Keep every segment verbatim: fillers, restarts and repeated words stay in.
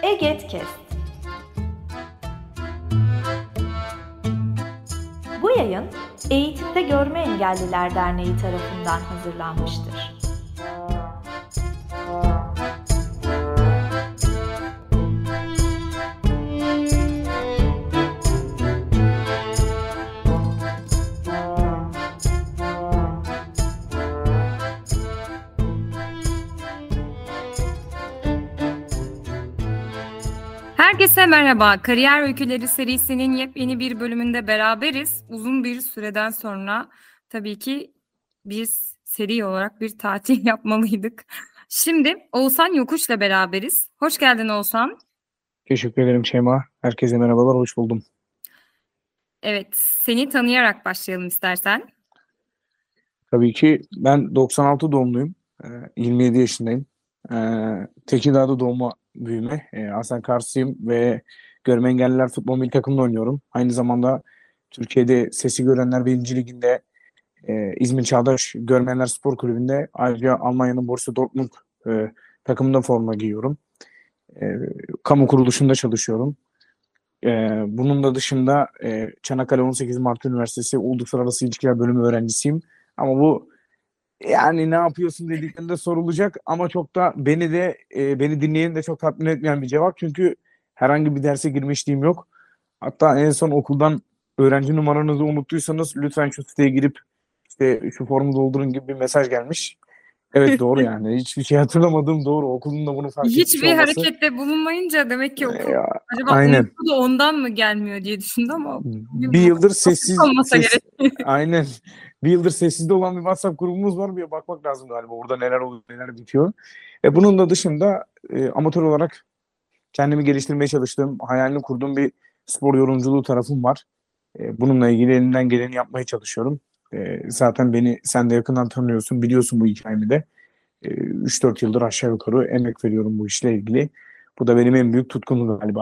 Egetkest. Bu yayın Eğitimde Görme Engelliler Derneği tarafından hazırlanmıştır. Herkese merhaba. Kariyer Öyküleri serisinin yepyeni bir bölümünde beraberiz. Uzun bir süreden sonra tabii ki biz seri olarak bir tatil yapmalıydık. Şimdi Oğuzhan Yokuş'la beraberiz. Hoş geldin Oğuzhan. Teşekkür ederim Şeyma. Herkese merhabalar, hoş buldum. Evet, seni tanıyarak başlayalım istersen. Tabii ki ben doksan altı doğumluyum. yirmi yedi yaşındayım. Tekirdağ'da doğma büyüme. Aslen Karslıyım ve Görme Engelliler Futbol Milli Takımı'nda oynuyorum. Aynı zamanda Türkiye'de Sesi Görenler birinci Ligi'nde İzmir Çağdaş Görmeyenler Spor Kulübü'nde, ayrıca Almanya'nın Borussia Dortmund e, takımında forma giyiyorum. E, kamu kuruluşunda çalışıyorum. E, bunun da dışında e, Çanakkale on sekiz Mart Üniversitesi Uluslararası İlişkiler Bölümü öğrencisiyim. Ama bu yani ne yapıyorsun dediklerinde sorulacak ama çok da beni de e, beni dinleyen de çok tatmin etmeyen bir cevap. Çünkü herhangi bir derse girmişliğim yok. Hatta en son okuldan öğrenci numaranızı unuttuysanız lütfen şu siteye girip işte şu formu doldurun gibi bir mesaj gelmiş. Evet, doğru yani. Hiçbir şey hatırlamadığım doğru. Okulun da bunu fark etmiş Hiçbir olması. harekette bulunmayınca demek ki okul Ya, acaba aynen. unuttu da ondan mı gelmiyor diye düşündüm ama Bir yıldır sessiz, olmasa ses, gerek. aynen. Bir yıldır sessizde olan bir WhatsApp grubumuz var. Bir bakmak lazım galiba. Orada neler oluyor, neler bitiyor. E bunun da dışında e, amatör olarak kendimi geliştirmeye çalıştığım, hayalini kurduğum bir spor yorumculuğu tarafım var. E, bununla ilgili elimden geleni yapmaya çalışıyorum. E, zaten beni sen de yakından tanıyorsun, biliyorsun bu hikayemi de. E, üç dört yıldır aşağı yukarı emek veriyorum bu işle ilgili. Bu da benim en büyük tutkum galiba.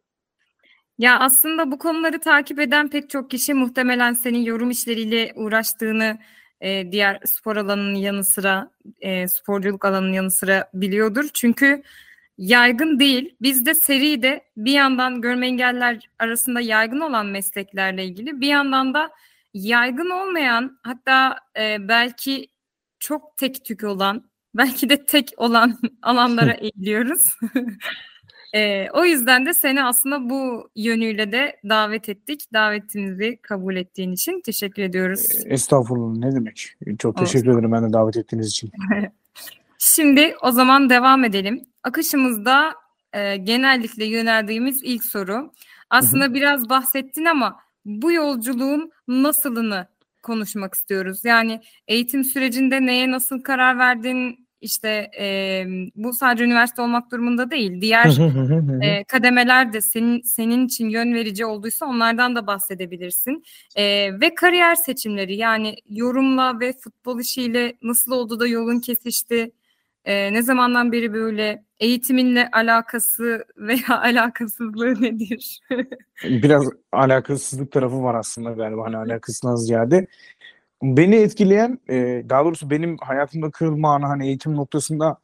Ya aslında bu konuları takip eden pek çok kişi muhtemelen senin yorum işleriyle uğraştığını e, diğer spor alanının yanı sıra, e, sporculuk alanının yanı sıra biliyordur. Çünkü yaygın değil. Bizde seride bir yandan görme engelliler arasında yaygın olan mesleklerle ilgili, bir yandan da yaygın olmayan, hatta e, belki çok tek tük olan, belki de tek olan alanlara eğiliyoruz. Ee, o yüzden de seni aslında bu yönüyle de davet ettik. Davetimizi kabul ettiğin için teşekkür ediyoruz. Estağfurullah, ne demek. Çok teşekkür Olsun. ederim ben de davet ettiğiniz için. Şimdi o zaman devam edelim. Akışımızda e, genellikle yöneldiğimiz ilk soru. Aslında hı hı. biraz bahsettin ama bu yolculuğun nasılını konuşmak istiyoruz. Yani eğitim sürecinde neye nasıl karar verdin? İşte e, bu sadece üniversite olmak durumunda değil. Diğer e, kademeler de senin senin için yön verici olduysa onlardan da bahsedebilirsin. E, ve kariyer seçimleri, yani yorumla ve futbol işiyle nasıl oldu da yolun kesişti? E, ne zamandan beri böyle, eğitiminle alakası veya alakasızlığı nedir? Biraz alakasızlık tarafı var aslında galiba, hani alakasından ziyade. Beni etkileyen, e, daha doğrusu benim hayatımda kırılma anı hani eğitim noktasında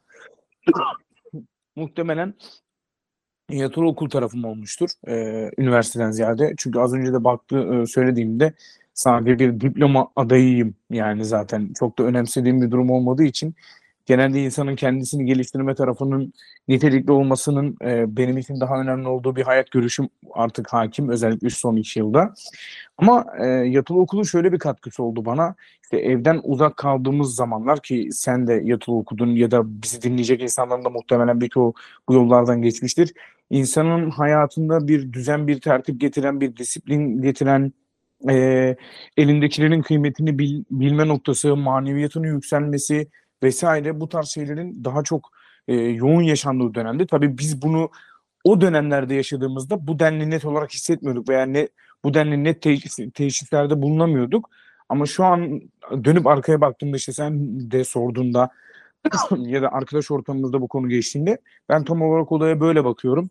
muhtemelen yatılı okul tarafım olmuştur. E, üniversiteden ziyade. Çünkü az önce de baktı e, söylediğimde sadece bir diploma adayıyım. Yani zaten çok da önemsediğim bir durum olmadığı için genelde insanın kendisini geliştirme tarafının nitelikli olmasının e, benim için daha önemli olduğu bir hayat görüşüm artık hakim. Özellikle son iki yılda. Ama e, yatılı okulun şöyle bir katkısı oldu bana. İşte evden uzak kaldığımız zamanlar, ki sen de yatılı okudun ya da bizi dinleyecek insanların da muhtemelen birçoğu bu yollardan geçmiştir. İnsanın hayatında bir düzen, bir tertip getiren, bir disiplin getiren, e, elindekilerin kıymetini bil, bilme noktası, maneviyatının yükselmesi vesaire, bu tarz şeylerin daha çok e, yoğun yaşandığı dönemde. Tabii biz bunu o dönemlerde yaşadığımızda bu denli net olarak hissetmiyorduk veya ne bu denli net teşhis, teşhislerde bulunamıyorduk. Ama şu an dönüp arkaya baktığımda, işte sen de sorduğunda ya da arkadaş ortamımızda bu konu geçtiğinde ben tam olarak olaya böyle bakıyorum.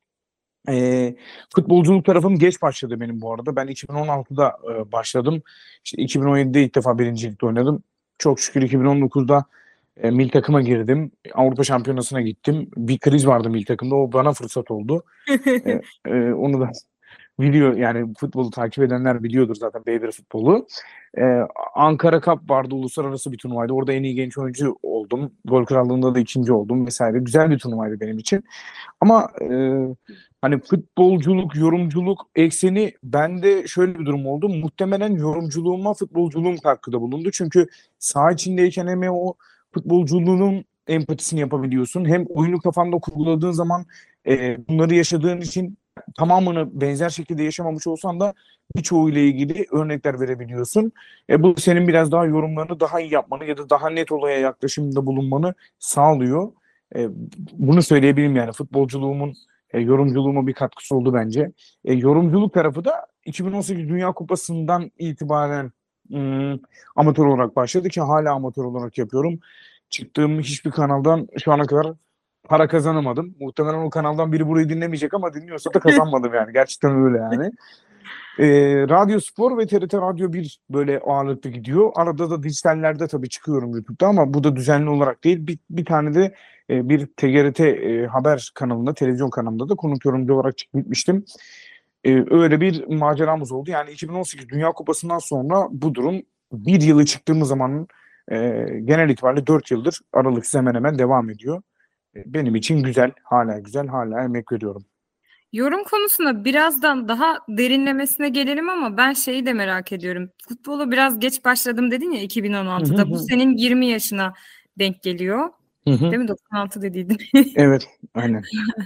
E, futbolculuk tarafım geç başladı benim bu arada. Ben iki bin on altıda e, başladım. İşte iki bin on yedide ilk defa birincilikte oynadım. Çok şükür iki bin on dokuzda E, milli takıma girdim. Avrupa Şampiyonası'na gittim. Bir kriz vardı milli takımda. O bana fırsat oldu. E, e, onu da biliyor yani, futbolu takip edenler biliyordur zaten, B bir futbolu. Ee, Ankara Cup vardı, uluslararası bir turnuvaydı. Orada en iyi genç oyuncu oldum. Gol Krallığı'nda da ikinci oldum vesaire. Güzel bir turnuvaydı benim için. Ama e, hani futbolculuk, yorumculuk ekseni, bende şöyle bir durum oldu. Muhtemelen yorumculuğuma futbolculuğum katkıda bulundu. Çünkü saha içindeyken hem o futbolculuğunun empatisini yapabiliyorsun. Hem oyunu kafanda kurguladığın zaman e, bunları yaşadığın için tamamını benzer şekilde yaşamamış olsan da birçoğuyla ilgili örnekler verebiliyorsun. E, bu senin biraz daha yorumlarını daha iyi yapmanı ya da daha net olaya yaklaşımda bulunmanı sağlıyor. E, bunu söyleyebilirim yani, futbolculuğumun e, yorumculuğuma bir katkısı oldu bence. E, yorumculuk tarafı da iki bin on sekiz Dünya Kupası'ndan itibaren ım, amatör olarak başladı ki hala amatör olarak yapıyorum. Çıktığım hiçbir kanaldan şu ana kadar para kazanamadım. Muhtemelen o kanaldan biri burayı dinlemeyecek ama dinliyorsa da kazanmadım yani. Gerçekten öyle yani. Ee, Radyo Spor ve T R T Radyo bir böyle ağırlıklı gidiyor. Arada da dijitallerde tabii çıkıyorum YouTube'da ama bu da düzenli olarak değil. Bir, bir tane de e, bir T G R T e, haber kanalında, televizyon kanalında da konuk yorumcu olarak çıkıp gitmiştim. Ee, öyle bir maceramız oldu. Yani iki bin on sekiz Dünya Kupası'ndan sonra bu durum, bir yılı çıktığımız zaman e, genel itibariyle dört yıldır aralıksız hemen hemen devam ediyor. Benim için güzel, hala güzel, hala emek veriyorum. Yorum konusuna birazdan daha derinlemesine gelelim ama ben şeyi de merak ediyorum. Futbola biraz geç başladım dedin ya iki bin on altıda. Hı hı Bu hı. senin yirmi yaşına denk geliyor. Hı hı. Değil mi? doksan altı dediydin. Evet, aynen.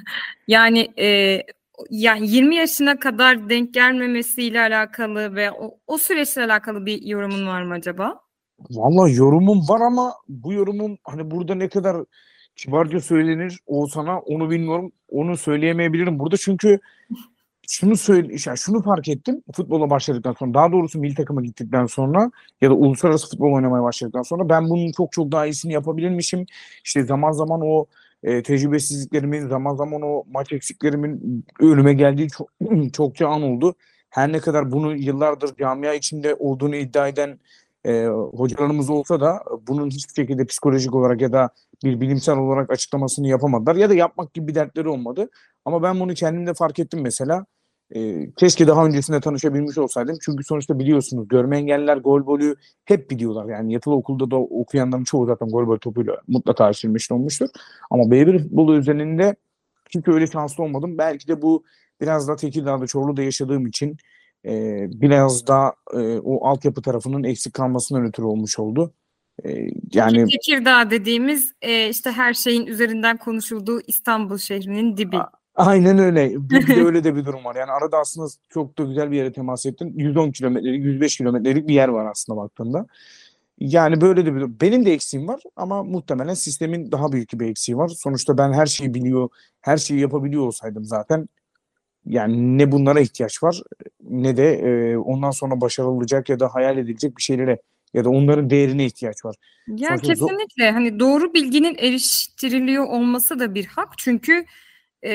Yani e, yani yirmi yaşına kadar denk gelmemesiyle alakalı ve o, o süreçle alakalı bir yorumun var mı acaba? Vallahi yorumum var ama bu yorumum hani burada ne kadar kibarca söylenir o sana, onu bilmiyorum. Onu söyleyemeyebilirim burada çünkü şunu söyle, yani şunu fark ettim futbola başladıktan sonra, daha doğrusu milli takıma gittikten sonra ya da uluslararası futbol oynamaya başladıktan sonra, ben bunun çok çok daha iyisini yapabilirmişim. İşte zaman zaman o e, tecrübesizliklerimin, zaman zaman o maç eksiklerimin önüme geldiği çok, çokça an oldu. Her ne kadar bunu yıllardır camia içinde olduğunu iddia eden e, hocalarımız olsa da bunun hiçbir şekilde psikolojik olarak ya da bir bilimsel olarak açıklamasını yapamadılar ya da yapmak gibi bir dertleri olmadı. Ama ben bunu kendimde fark ettim mesela. E, keşke daha öncesinde tanışabilmiş olsaydım. Çünkü sonuçta biliyorsunuz, görme engelliler golbolü hep biliyorlar. Yani yatılı okulda da okuyanların çoğu zaten golbol topuyla mutlaka aşırı meşhur olmuştur. Ama B bir futbolu özelinde çünkü öyle şanslı olmadım. Belki de bu biraz da Tekirdağ'da, Çorlu'da yaşadığım için e, biraz da e, o altyapı tarafının eksik kalmasından ötürü olmuş oldu. E, yani Tekirdağ dediğimiz e, işte her şeyin üzerinden konuşulduğu İstanbul şehrinin dibi. aynen öyle. Bir, bir de öyle de bir durum var. Yani arada aslında çok da güzel bir yere temas ettin. yüz on kilometrelik, yüz beş kilometrelik bir yer var aslında baktığında. Yani böyle de bir durum. Benim de eksiğim var ama muhtemelen sistemin daha büyük bir eksiği var. Sonuçta ben her şeyi biliyor, her şeyi yapabiliyor olsaydım zaten, yani ne bunlara ihtiyaç var ne de e, ondan sonra başarılı olacak ya da hayal edilecek bir şeylere ya da onların değerine ihtiyaç var. Ya Sonuçta zo- kesinlikle hani doğru bilginin eriştiriliyor olması da bir hak çünkü e,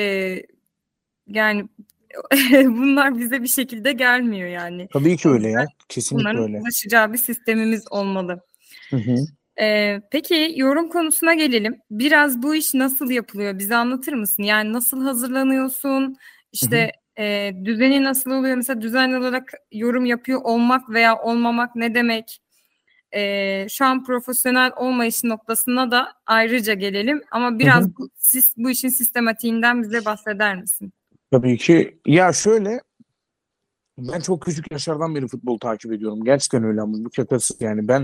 yani bunlar bize bir şekilde gelmiyor yani. tabii ki O öyle yüzden ya. Kesinlikle bunların öyle. ulaşacağı bir sistemimiz olmalı. Hı hı. Ee, peki yorum konusuna gelelim. Biraz bu iş nasıl yapılıyor? Bize anlatır mısın? Yani nasıl hazırlanıyorsun? Hı hı. İşte e, düzeni nasıl oluyor? Mesela düzenli olarak yorum yapıyor olmak veya olmamak ne demek? Ee, şu an profesyonel olmayış noktasına da ayrıca gelelim. Ama Hı biraz hı. bu, sis- bu işin sistematiğinden bize bahseder misin? Tabii ki. Ya şöyle, ben çok küçük yaşlardan beri futbol takip ediyorum. Gerçekten öyle ama bu şakası yani. Ben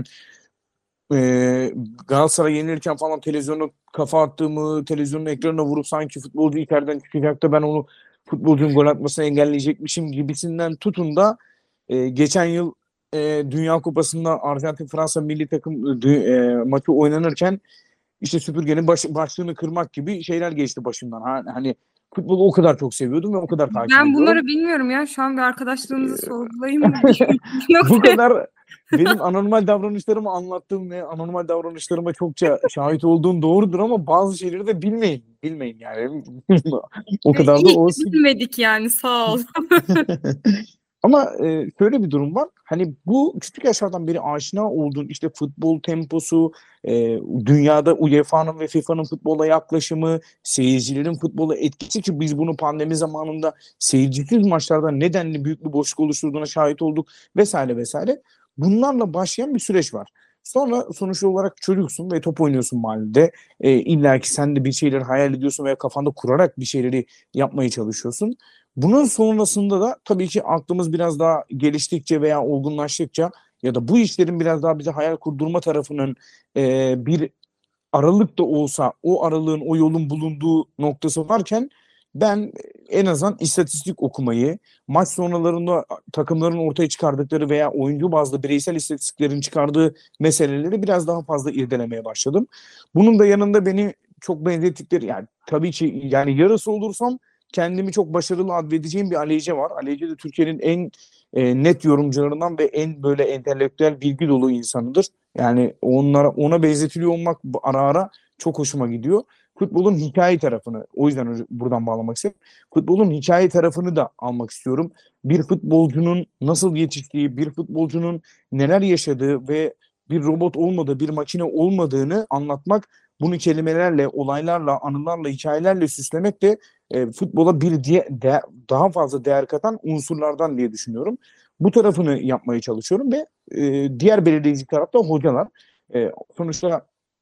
e, Galatasaray yenilirken falan televizyona kafa attığımı, televizyonun ekranına vurup sanki futbolcu içeriden çıkacak da ben onu, futbolcunun gol atmasını engelleyecekmişim gibisinden tutun da e, geçen yıl e, Dünya Kupası'nda Arjantin-Fransa milli takım dü- e, maçı oynanırken işte süpürgenin baş, başlığını kırmak gibi şeyler geçti başımdan. Ha, hani futbolu o kadar çok seviyordum ve o kadar takip Ben ediyorum. bunları bilmiyorum ya. Şu an bir arkadaşlığımızı Ee, sorgulayayım mı? Bir Bu noktaya. kadar benim anormal davranışlarımı anlattığım ve anormal davranışlarıma çokça şahit olduğum doğrudur ama bazı şeyleri de bilmeyin. Bilmeyin yani. O E, kadar da iyi ki olsun. bilmedik yani sağ ol. Ama e, şöyle bir durum var. Hani bu küçük yaşlardan beri aşina olduğun işte futbol temposu, e, dünyada U E F A'nın ve FIFA'nın futbola yaklaşımı, seyircilerin futbola etkisi ki biz bunu pandemi zamanında seyircisiz maçlarda nedenli büyük bir boşluk oluşturduğuna şahit olduk vesaire vesaire. Bunlarla başlayan bir süreç var. Sonra sonuç olarak çocuksun ve top oynuyorsun mahallede. E, illa ki sen de bir şeyleri hayal ediyorsun veya kafanda kurarak bir şeyleri yapmaya çalışıyorsun. Bunun sonrasında da tabii ki aklımız biraz daha geliştikçe veya olgunlaştıkça ya da bu işlerin biraz daha bize hayal kurdurma tarafının e, bir aralık da olsa o aralığın o yolun bulunduğu noktası varken ben en azından istatistik okumayı, maç sonralarında takımların ortaya çıkardıkları veya oyuncu bazlı bireysel istatistiklerin çıkardığı meseleleri biraz daha fazla irdelemeye başladım. Bunun da yanında beni çok benzettikleri yani tabii ki yani yarısı olursam kendimi çok başarılı advedeceğim bir Aleyce var. Aleyce de Türkiye'nin en e, net yorumcularından ve en böyle entelektüel bilgi dolu insanıdır. Yani onlara ona benzetiliyor olmak ara ara çok hoşuma gidiyor. Futbolun hikaye tarafını o yüzden buradan bağlamak istedim. Futbolun hikaye tarafını da almak istiyorum. Bir futbolcunun nasıl yetiştiği, bir futbolcunun neler yaşadığı ve bir robot olmadığı, bir makine olmadığını anlatmak, bunu kelimelerle, olaylarla, anılarla, hikayelerle süslemek de e, futbola bir diye, de, daha fazla değer katan unsurlardan diye düşünüyorum. Bu tarafını yapmaya çalışıyorum ve e, diğer belirleyici tarafta hocalar. E, sonuçta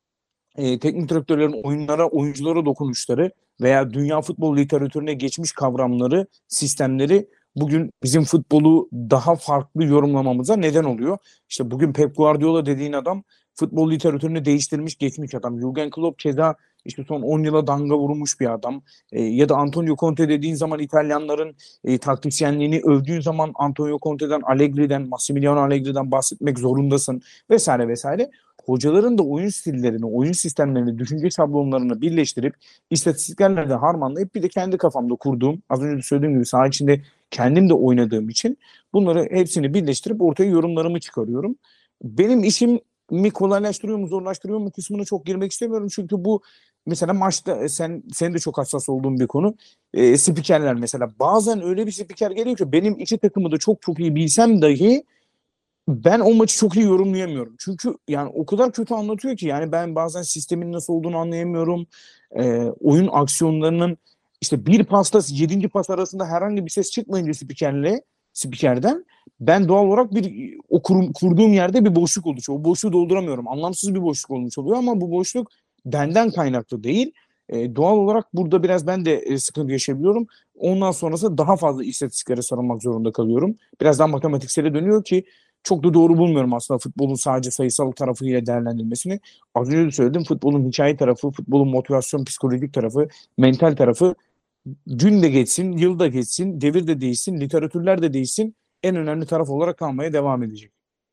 e, teknik direktörlerin oyunlara, oyunculara dokunuşları veya dünya futbol literatürüne geçmiş kavramları, sistemleri bugün bizim futbolu daha farklı yorumlamamıza neden oluyor. İşte bugün Pep Guardiola dediğin adam futbol literatürünü değiştirmiş, geçmiş adam. Jurgen Klopp keza işte son on yıla damga vurmuş bir adam. E, ya da Antonio Conte dediğin zaman İtalyanların e, taktisyenliğini övdüğün zaman Antonio Conte'den, Allegri'den, Massimiliano Allegri'den bahsetmek zorundasın vesaire vesaire. Hocaların da oyun stillerini, oyun sistemlerini, düşünce şablonlarını birleştirip istatistiklerle de harmanlayıp bir de kendi kafamda kurduğum, az önce de söylediğim gibi saha içinde kendim de oynadığım için bunları hepsini birleştirip ortaya yorumlarımı çıkarıyorum. Benim işimi kolaylaştırıyor mu, zorlaştırıyor mu kısmına çok girmek istemiyorum. Çünkü bu mesela maçta sen senin de çok hassas olduğun bir konu. E, spikerler mesela bazen öyle bir spiker geliyor ki benim iki takımı da çok çok iyi bilsem dahi ben o maçı çok iyi yorumlayamıyorum. Çünkü yani o kadar kötü anlatıyor ki yani ben bazen sistemin nasıl olduğunu anlayamıyorum. Ee, oyun aksiyonlarının işte bir pasla yedinci pas arasında herhangi bir ses çıkmayınca spikerle spikerden ben doğal olarak bir o kurum, kurduğum yerde bir boşluk oluşuyor. O boşluğu dolduramıyorum. Anlamsız bir boşluk olmuş oluyor ama bu boşluk benden kaynaklı değil. Ee, doğal olarak burada biraz ben de e, sıkıntı yaşayabiliyorum. Ondan sonrası daha fazla istatistiklere sarılmak zorunda kalıyorum. Biraz daha matematiksele dönüyor ki çok da doğru bulmuyorum aslında futbolun sadece sayısal tarafıyla değerlendirilmesini. Az önce de söyledim futbolun hikaye tarafı, futbolun motivasyon, psikolojik tarafı, mental tarafı gün de geçsin, yıl da geçsin, devir de değişsin, literatürler de değişsin en önemli taraf olarak kalmaya devam edecek.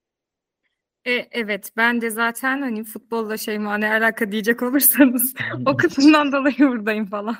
E, evet ben de zaten hani futbolla Şeyma ne alaka diyecek olursanız o kısımdan dolayı buradayım falan.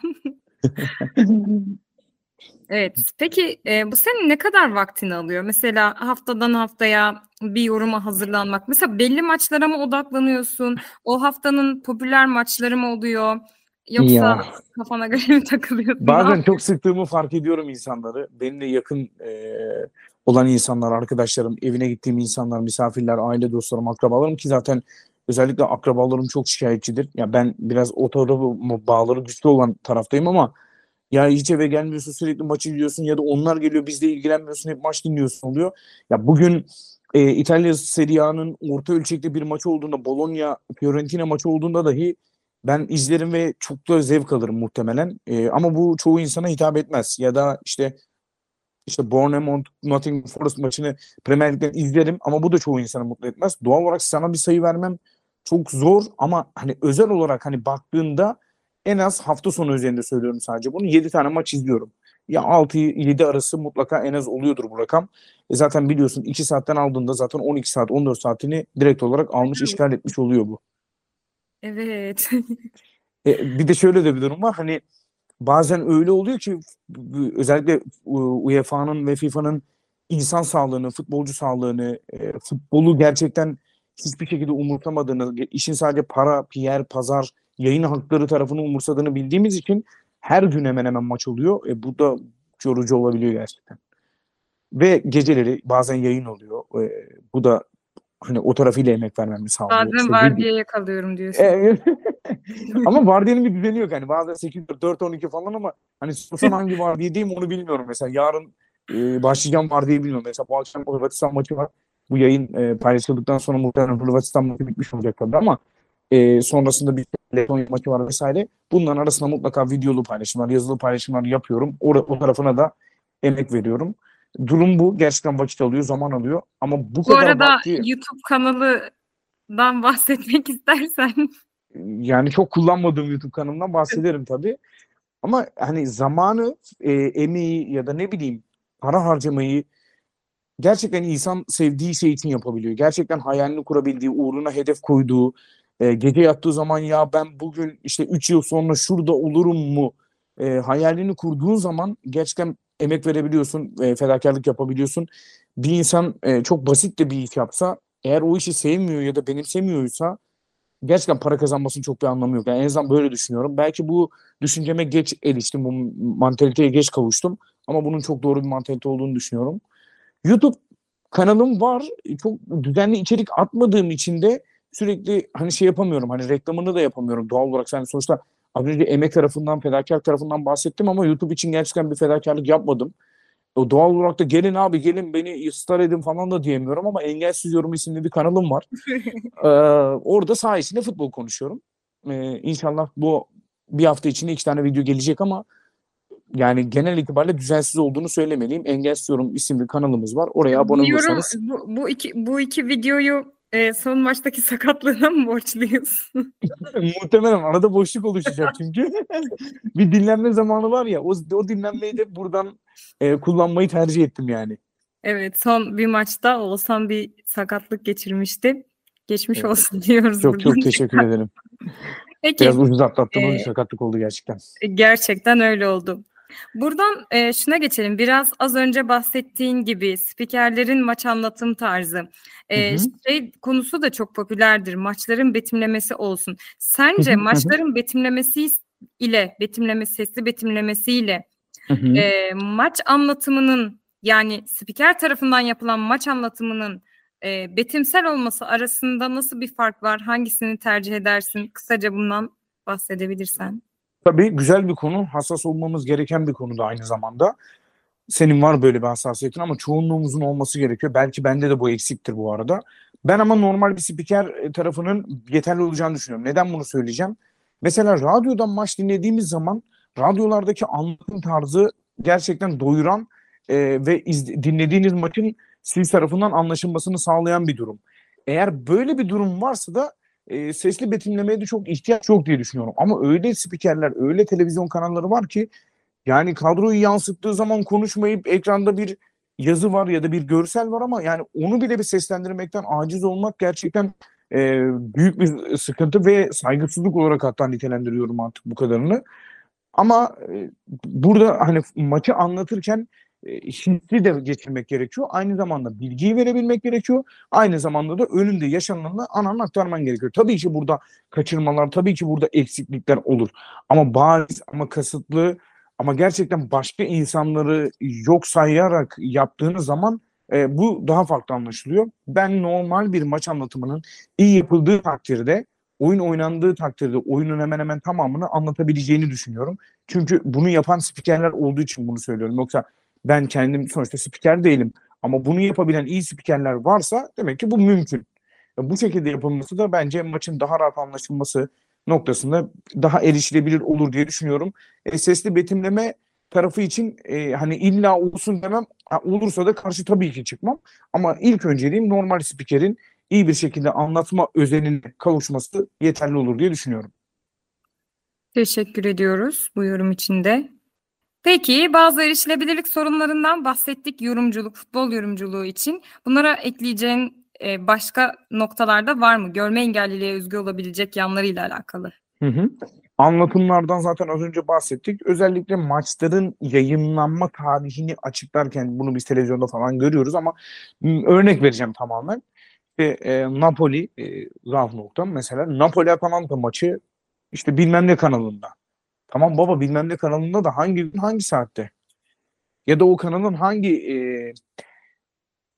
Evet. Peki e, bu senin ne kadar vaktini alıyor? Mesela haftadan haftaya bir yoruma hazırlanmak. Mesela belli maçlara mı odaklanıyorsun? O haftanın popüler maçları mı oluyor? Yoksa Ya kafana göre mi takılıyorsun? Ne bazen çok yapıyorsun? sıktığımı fark ediyorum insanları. Benimle yakın e, olan insanlar, arkadaşlarım, evine gittiğim insanlar, misafirler, aile dostlarım, akrabalarım ki zaten özellikle akrabalarım çok şikayetçidir. Ya ben biraz o tarafa bağları güçlü olan taraftayım ama ya hiç eve gelmiyorsun sürekli maçı izliyorsun ya da onlar geliyor bizle ilgilenmiyorsun hep maç dinliyorsun oluyor. Ya bugün e, İtalya Serie A'nın orta ölçekli bir maçı olduğunda Bologna Fiorentina maçı olduğunda dahi ben izlerim ve çok da zevk alırım muhtemelen. E, ama bu çoğu insana hitap etmez. Ya da işte işte Bournemouth Nottingham Forest maçını Premier Lig'den izlerim ama bu da çoğu insanı mutlu etmez. Doğal olarak sana bir sayı vermem çok zor ama hani özel olarak hani baktığında en az hafta sonu üzerinde söylüyorum sadece bunu. yedi tane maç izliyorum. Ya altı yedi arası mutlaka en az oluyordur bu rakam. E zaten biliyorsun iki saatten aldığında zaten on iki saat on dört saatini direkt olarak almış işgal etmiş oluyor bu. Evet. E, bir de şöyle de bir durum var. Hani bazen öyle oluyor ki özellikle U E F A'nın ve FIFA'nın insan sağlığını, futbolcu sağlığını, e, futbolu gerçekten hiçbir şekilde umursamadığını, işin sadece para, P R, pazar, yayın hakları tarafını umursadığını bildiğimiz için her gün hemen hemen maç oluyor. E, bu da yorucu olabiliyor gerçekten. Ve geceleri bazen yayın oluyor. E, bu da hani o tarafıyla emek vermemi sağlıyor. Bazen İşte video. vardiyaya kalıyorum diyorsun. E, ama vardiyanın bir düzeni yok. Yani bazen sekiz dört on iki falan ama hani sorsan hangi vardiyadayım onu bilmiyorum. Mesela yarın e, başlayacağım vardiyi bilmiyorum. Mesela bu akşam Hırvatistan maçı var. Bu yayın e, paylaşıldıktan sonra muhtemelen Hırvatistan maçı bitmiş olacak tabii ama e, sonrasında bir Letonya maçı var vesaire. Bunların arasında mutlaka videolu paylaşımlar, yazılı paylaşımlar yapıyorum. O, o tarafına da emek veriyorum. Durum bu. Gerçekten vakit alıyor, zaman alıyor. Ama bu Bu kadar arada vakti YouTube kanalından bahsetmek istersen. yani çok kullanmadığım YouTube kanalımdan bahsederim tabii. Ama hani zamanı, e, emeği ya da ne bileyim para harcamayı gerçekten insan sevdiği şey için yapabiliyor. Gerçekten hayalini kurabildiği, uğruna hedef koyduğu, e, gece yattığı zaman ya ben bugün işte üç yıl sonra şurada olurum mu e, hayalini kurduğun zaman gerçekten emek verebiliyorsun, e, fedakarlık yapabiliyorsun. Bir insan e, çok basit de bir iş yapsa eğer o işi sevmiyor ya da benimsemiyorsa gerçekten para kazanmasının çok bir anlamı yok. Yani en azından böyle düşünüyorum. Belki bu düşünceme geç eriştim, bu mantaliteye geç kavuştum. Ama bunun çok doğru bir mantalite olduğunu düşünüyorum. YouTube kanalım var. Çok düzenli içerik atmadığım için de sürekli hani şey yapamıyorum. Hani reklamını da yapamıyorum doğal olarak. Yani sonuçta az önce emek tarafından, fedakar tarafından bahsettim ama YouTube için gerçekten bir fedakarlık yapmadım. O doğal olarak da gelin abi gelin beni star edin falan da diyemiyorum ama Engelsiz Yorum isimli bir kanalım var. Ee, orada saha içinde futbol konuşuyorum. Ee, İnşallah bu bir hafta içinde iki tane video gelecek ama yani genel itibariyle düzensiz olduğunu söylemeliyim. Engelsiz Yorum isimli kanalımız var. Oraya abone Bu yorum, olursanız bu, bu iki bu iki videoyu e, son maçtaki sakatlığına mı borçluyuz? muhtemelen arada boşluk oluşacak çünkü. Bir dinlenme zamanı var ya o, o dinlenmeyi de buradan e, kullanmayı tercih ettim yani. Evet, son bir maçta Oğuzhan bir sakatlık geçirmişti. Geçmiş Evet. olsun diyoruz Çok buradan. çok teşekkür ederim. Peki, Biraz ucuz atlattığım e, bir sakatlık oldu gerçekten. gerçekten öyle oldu. Buradan e, şuna geçelim. Biraz az önce bahsettiğin gibi spikerlerin maç anlatım tarzı. E, Hı hı. şey konusu da çok popülerdir. Maçların betimlemesi olsun. Hı Sence hı, hı hı, maçların betimlemesi ile betimlemesi, sesli betimlemesiyle hı hı. e, maç anlatımının yani spiker tarafından yapılan maç anlatımının e, betimsel olması arasında nasıl bir fark var? Hangisini tercih edersin? Kısaca bundan bahsedebilirsen. Tabii güzel bir konu. Hassas olmamız gereken bir konu da aynı zamanda. Senin var böyle bir hassasiyetin ama çoğunluğumuzun olması gerekiyor. Belki bende de bu eksiktir bu arada. Ben ama normal bir spiker e, tarafının yeterli olacağını düşünüyorum. Neden bunu söyleyeceğim? Mesela radyodan maç dinlediğimiz zaman radyolardaki anlatım tarzı gerçekten doyuran e, ve iz, dinlediğiniz maçın siz tarafından anlaşılmasını sağlayan bir durum. Eğer böyle bir durum varsa da e, sesli betimlemeye de çok ihtiyaç yok diye düşünüyorum. Ama öyle spikerler, öyle televizyon kanalları var ki yani kadroyu yansıttığı zaman konuşmayıp ekranda bir yazı var ya da bir görsel var ama yani onu bile bir seslendirmekten aciz olmak gerçekten e, büyük bir sıkıntı ve saygısızlık olarak hatta nitelendiriyorum artık bu kadarını. Ama e, burada hani maçı anlatırken e, hissi de geçirmek gerekiyor. Aynı zamanda bilgiyi verebilmek gerekiyor. Aynı zamanda da önünde yaşananı anana aktarman gerekiyor. Tabii ki burada kaçırmalar, tabii ki burada eksiklikler olur. Ama bariz, ama kasıtlı, ama gerçekten başka insanları yok sayarak yaptığınız zaman e, bu daha farklı anlaşılıyor. Ben normal bir maç anlatımının iyi yapıldığı takdirde, oyun oynandığı takdirde oyunun hemen hemen tamamını anlatabileceğini düşünüyorum. Çünkü bunu yapan spikerler olduğu için bunu söylüyorum. Yoksa ben kendim sonuçta spiker değilim. Ama bunu yapabilen iyi spikerler varsa demek ki bu mümkün. Bu şekilde yapılması da bence maçın daha rahat anlaşılması noktasında daha erişilebilir olur diye düşünüyorum. E, sesli betimleme tarafı için e, hani illa olsun demem. Ha, olursa da karşı tabii ki çıkmam. Ama ilk önceliğim normal spikerin iyi bir şekilde anlatma özenine kavuşması yeterli olur diye düşünüyorum. Teşekkür ediyoruz bu yorum için de. Peki bazı erişilebilirlik sorunlarından bahsettik yorumculuk, futbol yorumculuğu için. Bunlara ekleyeceğin e, başka noktalarda var mı? Görme engelliliğe özgü olabilecek yanlarıyla alakalı. Hı hı. Anlatımlardan zaten az önce bahsettik. Özellikle maçların yayınlanma tarihini açıklarken bunu biz televizyonda falan görüyoruz ama m, örnek vereceğim tamamen. İşte, e, Napoli, e, Ralf noktam mesela Napoli Atalanta maçı işte bilmem ne kanalında. Tamam baba bilmem ne kanalında da hangi gün hangi saatte? Ya da o kanalın hangi e,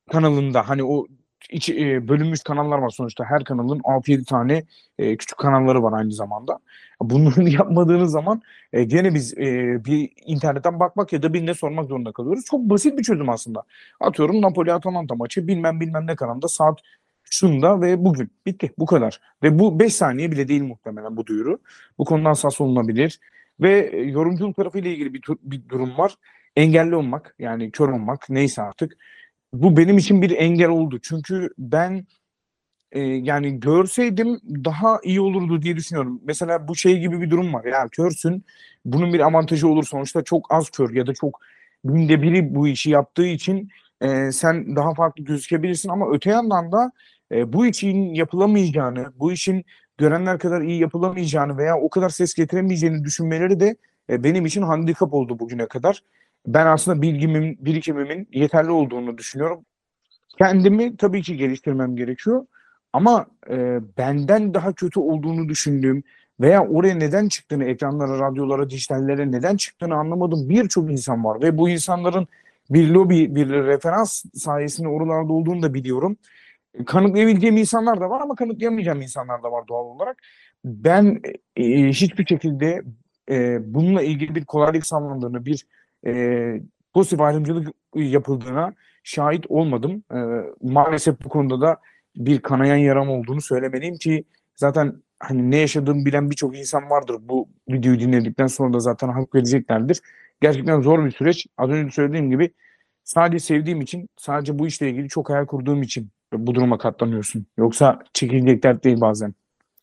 kanalında hani o iç, e, bölünmüş kanallar var sonuçta. Her kanalın altı yedi tane e, küçük kanalları var aynı zamanda. Bunları yapmadığınız zaman e, gene biz e, bir internetten bakmak ya da birine sormak zorunda kalıyoruz. Çok basit bir çözüm aslında. Atıyorum Napoli-Atalanta maçı bilmem bilmem ne kanalda saat şunda ve bugün. Bitti. Bu kadar. Ve bu beş saniye bile değil muhtemelen bu duyuru. Bu konudan hassas olunabilir. Ve e, yorumculuk tarafıyla ilgili bir, tur- bir durum var. Engelli olmak yani kör olmak neyse artık. Bu benim için bir engel oldu. Çünkü ben e, yani görseydim daha iyi olurdu diye düşünüyorum. Mesela bu şey gibi bir durum var. Ya körsün. Bunun bir avantajı olur. Sonuçta çok az kör ya da çok binde biri bu işi yaptığı için e, sen daha farklı gözükebilirsin ama öte yandan da e, bu işin yapılamayacağını, bu işin görenler kadar iyi yapılamayacağını veya o kadar ses getiremeyeceğini düşünmeleri de e, benim için handikap oldu bugüne kadar. Ben aslında bilgimin, birikimimin yeterli olduğunu düşünüyorum. Kendimi tabii ki geliştirmem gerekiyor. Ama e, benden daha kötü olduğunu düşündüğüm veya oraya neden çıktığını, ekranlara, radyolara, dijitallere neden çıktığını anlamadığım birçok insan var. Ve bu insanların bir lobi, bir referans sayesinde oralarda olduğunu da biliyorum. Kanıtlayabileceğim insanlar da var ama kanıtlayamayacağım insanlar da var doğal olarak. Ben e, hiçbir şekilde e, bununla ilgili bir kolaylık sağlandığını, bir e, pozitif ayrımcılık yapıldığına şahit olmadım. E, maalesef bu konuda da bir kanayan yaram olduğunu söylemeliyim ki zaten hani ne yaşadığımı bilen birçok insan vardır. Bu videoyu dinledikten sonra da zaten hak vereceklerdir. Gerçekten zor bir süreç. Az önce söylediğim gibi sadece sevdiğim için, sadece bu işle ilgili çok hayal kurduğum için bu duruma katlanıyorsun. Yoksa çekilecek dert değil bazen.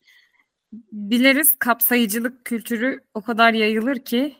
Biliriz kapsayıcılık kültürü o kadar yayılır ki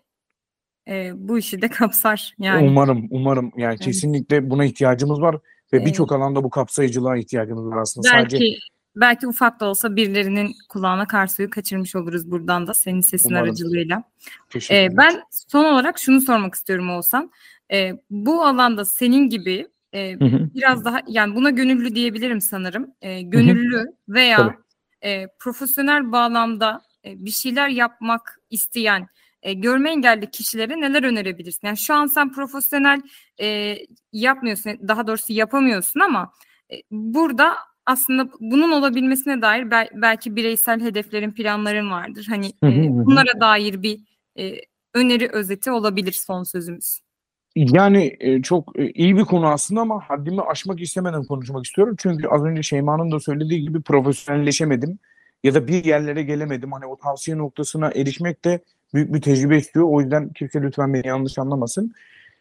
e, bu işi de kapsar yani. Umarım, umarım. Yani Evet. kesinlikle buna ihtiyacımız var ve Evet. birçok alanda bu kapsayıcılığa ihtiyacımız var aslında. Belki Sadece belki ufak da olsa birilerinin kulağına kar suyu kaçırmış oluruz buradan da senin sesin Umarım. aracılığıyla. teşekkürler. Ee, ben son olarak şunu sormak istiyorum Oğuzhan. Ee, bu alanda senin gibi e, Hı hı. biraz daha yani buna gönüllü diyebilirim sanırım. Ee, gönüllü veya Tabii. e, profesyonel bağlamda e, bir şeyler yapmak isteyen e, görme engelli kişilere neler önerebilirsin? Yani şu an sen profesyonel e, yapmıyorsun, daha doğrusu yapamıyorsun ama e, burada aslında bunun olabilmesine dair bel- belki bireysel hedeflerin, planların vardır. Hani Hı hı e, hı. bunlara dair bir e, öneri özeti olabilir son sözümüz. Yani e, çok e, iyi bir konu aslında ama haddimi aşmak istemeden konuşmak istiyorum. Çünkü az önce Şeyma'nın da söylediği gibi profesyonelleşemedim ya da bir yerlere gelemedim. Hani o tavsiye noktasına erişmek de büyük bir tecrübe istiyor. O yüzden kimse lütfen beni yanlış anlamasın.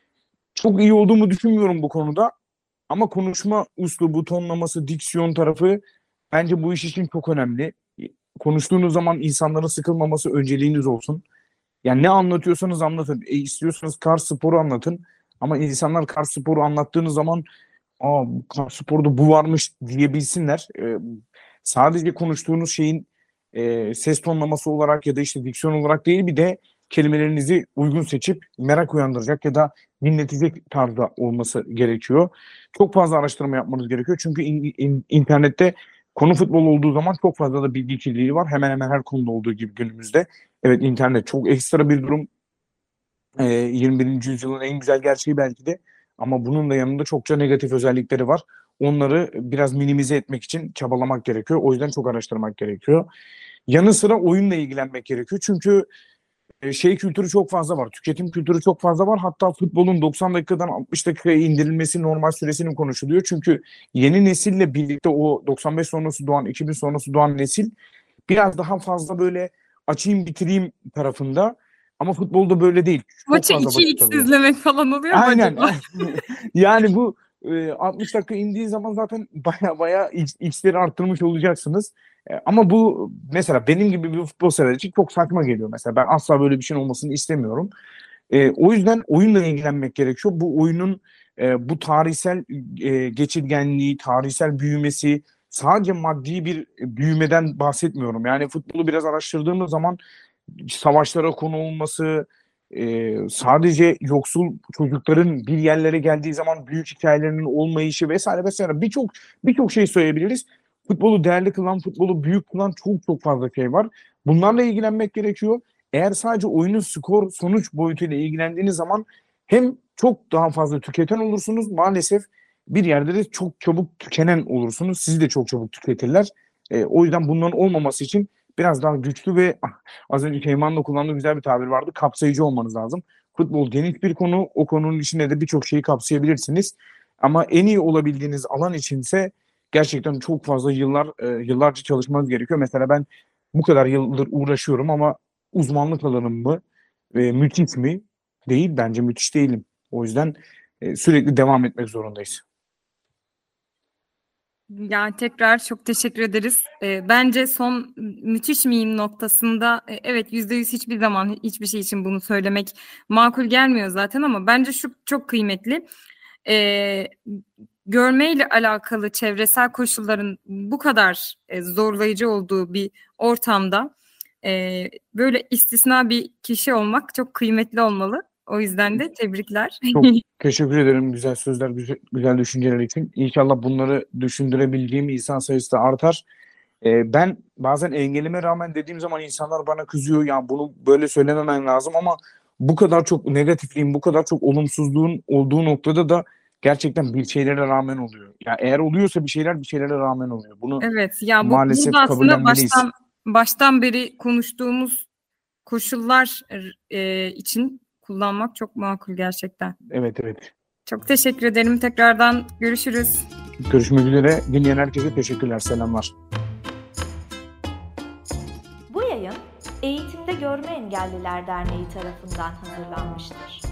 Çok iyi olduğumu düşünmüyorum bu konuda. Ama konuşma üslubu, tonlaması, diksiyon tarafı bence bu iş için çok önemli. Konuştuğunuz zaman insanların sıkılmaması önceliğiniz olsun. Yani ne anlatıyorsanız anlatın. E, istiyorsanız kar sporu anlatın. Ama insanlar kar sporu anlattığınız zaman aa kar sporda bu varmış diyebilsinler. E, sadece konuştuğunuz şeyin e, ses tonlaması olarak ya da işte diksiyon olarak değil bir de kelimelerinizi uygun seçip merak uyandıracak ya da dinletecek tarzda olması gerekiyor. Çok fazla araştırma yapmanız gerekiyor. Çünkü in- in- internette konu futbol olduğu zaman çok fazla da bilgi kirliliği var. Hemen hemen her konuda olduğu gibi günümüzde. Evet internet çok ekstra bir durum. Ee, yirmi birinci yüzyılın en güzel gerçeği belki de. Ama bunun da yanında çokça negatif özellikleri var. Onları biraz minimize etmek için çabalamak gerekiyor. O yüzden çok araştırmak gerekiyor. Yanı sıra oyunla ilgilenmek gerekiyor. Çünkü e, şey kültürü çok fazla var. Tüketim kültürü çok fazla var. Hatta futbolun doksan dakikadan altmış dakikaya indirilmesi normal süresinin konuşuluyor. Çünkü yeni nesille birlikte o doksan beş sonrası doğan, iki bin sonrası doğan nesil biraz daha fazla böyle açayım bitireyim tarafında. Ama futbolda böyle değil. Çok Maçı fazla iki vakit x alıyor. izlemek falan oluyor mu Aynen. acaba? Yani bu e, altmış dakika indiği zaman zaten baya baya X- X'leri arttırmış olacaksınız. E, ama bu mesela benim gibi bir futbol sever için çok saçma geliyor mesela. Ben asla böyle bir şeyin olmasını istemiyorum. E, o yüzden oyunla ilgilenmek gerekiyor. Bu oyunun e, bu tarihsel e, geçirgenliği, tarihsel büyümesi sadece maddi bir büyümeden bahsetmiyorum. Yani futbolu biraz araştırdığımız zaman savaşlara konu olması, e, sadece yoksul çocukların bir yerlere geldiği zaman büyük hikayelerinin olmayışı vesaire vesaire birçok birçok şey söyleyebiliriz. Futbolu değerli kılan, futbolu büyük kılan çok çok fazla şey var. Bunlarla ilgilenmek gerekiyor. Eğer sadece oyunun skor sonuç boyutuyla ilgilendiğiniz zaman hem çok daha fazla tüketen olursunuz maalesef bir yerde de çok çabuk tükenen olursunuz. Sizi de çok çabuk tüketirler. E, o yüzden bunların olmaması için biraz daha güçlü ve ah, az önce Şeyma'nın da kullandığı güzel bir tabir vardı. Kapsayıcı olmanız lazım. Futbol geniş bir konu. O konunun içinde de birçok şeyi kapsayabilirsiniz. Ama en iyi olabildiğiniz alan içinse gerçekten çok fazla yıllar e, yıllarca çalışmanız gerekiyor. Mesela ben bu kadar yıldır uğraşıyorum ama uzmanlık alanım mı e, müthiş mi? Değil. Bence müthiş değilim. O yüzden e, sürekli devam etmek zorundayız. Yani tekrar çok teşekkür ederiz. Ee, bence son müthiş miyim noktasında e, evet yüzde yüz hiçbir zaman hiçbir şey için bunu söylemek makul gelmiyor zaten ama bence şu çok kıymetli. Ee, görmeyle alakalı çevresel koşulların bu kadar e, zorlayıcı olduğu bir ortamda e, böyle istisna bir kişi olmak çok kıymetli olmalı. O yüzden de tebrikler. Çok teşekkür ederim güzel sözler, güzel, güzel düşünceler için. İnşallah bunları düşündürebildiğim insan sayısı da artar. Ee, ben bazen engelime rağmen dediğim zaman insanlar bana kızıyor. Ya bunu böyle söylememen lazım ama bu kadar çok negatifliğin, bu kadar çok olumsuzluğun olduğu noktada da gerçekten bir şeylere rağmen oluyor. Ya eğer oluyorsa bir şeyler bir şeylere rağmen oluyor. Bunu Evet ya bu maalesef burada aslında kabullenmeliyiz. baştan baştan beri konuştuğumuz koşullar e, için kullanmak çok makul gerçekten. Evet evet. Çok teşekkür ederim. Tekrardan görüşürüz. Görüşmek üzere. Dinleyen herkese teşekkürler. Selamlar. Bu yayın Eğitimde Görme Engelliler Derneği tarafından hazırlanmıştır.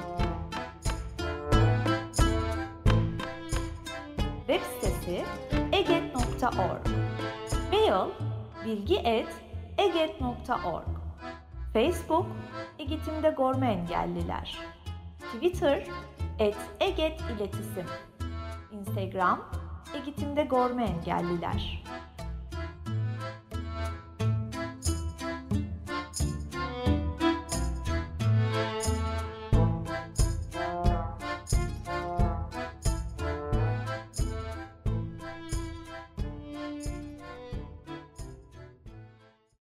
Web sitesi eget nokta org, mail bilgi et eget nokta org, Facebook Eğitimde Görme Engelliler, Twitter et eget iletisim, Instagram Eğitimde Görme Engelliler.